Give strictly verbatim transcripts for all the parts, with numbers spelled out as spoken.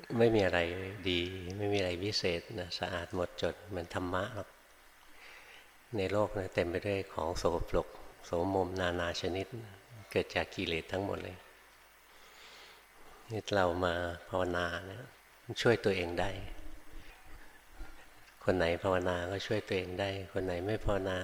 ไม่มีอะไรดีไม่มีอะไรวิเศษนะสะอาดหมดจดเหมือนธรรมะหรอกในโลกนะเต็มไปด้วยของโสโครกโสมมนานาชนิดเกิดจากกิเลสทั้งหมดเลยนี่เรามาภาวนานะช่วยตัวเองได้คนไหนภาวนาก็ช่วยตัวเองได้คนไหนไม่ภาวนา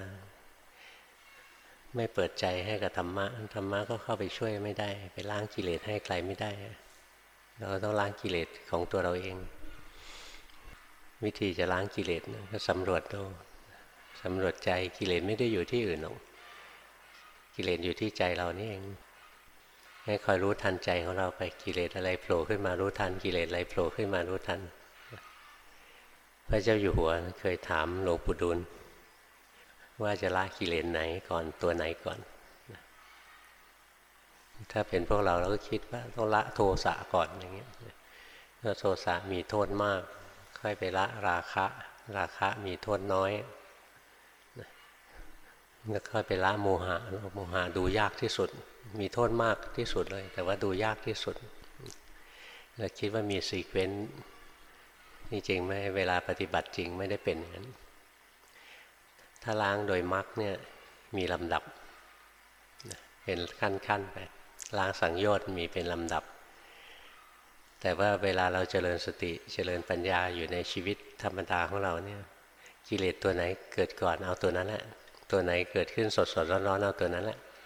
ไม่เปิดใจให้กับธรรมะธรรมะก็เข้าไปช่วยไม่ได้ไปล้างกิเลสให้ใครไม่ได้เราต้องล้างกิเลสของตัวเราเองวิธีจะล้างกิเลสก็สำรวจดูสำรวจใจกิเลสไม่ได้อยู่ที่อื่นหรอกกิเลสอยู่ที่ใจเรานี่เองให้คอยรู้ทันใจของเราไปกิเลสอะไรโผล่ขึ้นมารู้ทันกิเลสอะไรโผล่ขึ้นมารู้ทันพระเจ้าอยู่หัวเคยถามหลวงปู่ดูลว่าจะละกิเลสไหนก่อนตัวไหนก่อนถ้าเป็นพวกเราเราก็คิดว่าต้องละโทสะก่อนอย่างเงี้ยถ้าโทสะมีโทษมากค่อยไปละราคะราคะมีโทษน้อยแล้วค่อยไปละโมหะโมหะดูยากที่สุดมีโทษมากที่สุดเลยแต่ว่าดูยากที่สุดเราคิดว่ามีซีเควนซ์จริงๆไม่เวลาปฏิบัติจริงไม่ได้เป็นอย่างนั้นถ้าล้างโดยมรรคเนี่ยมีลำดับเป็นขั้นๆไปล้างสังโยชน์มีเป็นลำดับแต่ว่าเวลาเราเจริญสติเจริญปัญญาอยู่ในชีวิตธรรมดาของเราเนี่ยกิเลสตัวไหนเกิดก่อนเอาตัวนั้นแหละตัวไหนเกิดขึ้นสดๆร้อนๆเอาตัวนั้นแหละ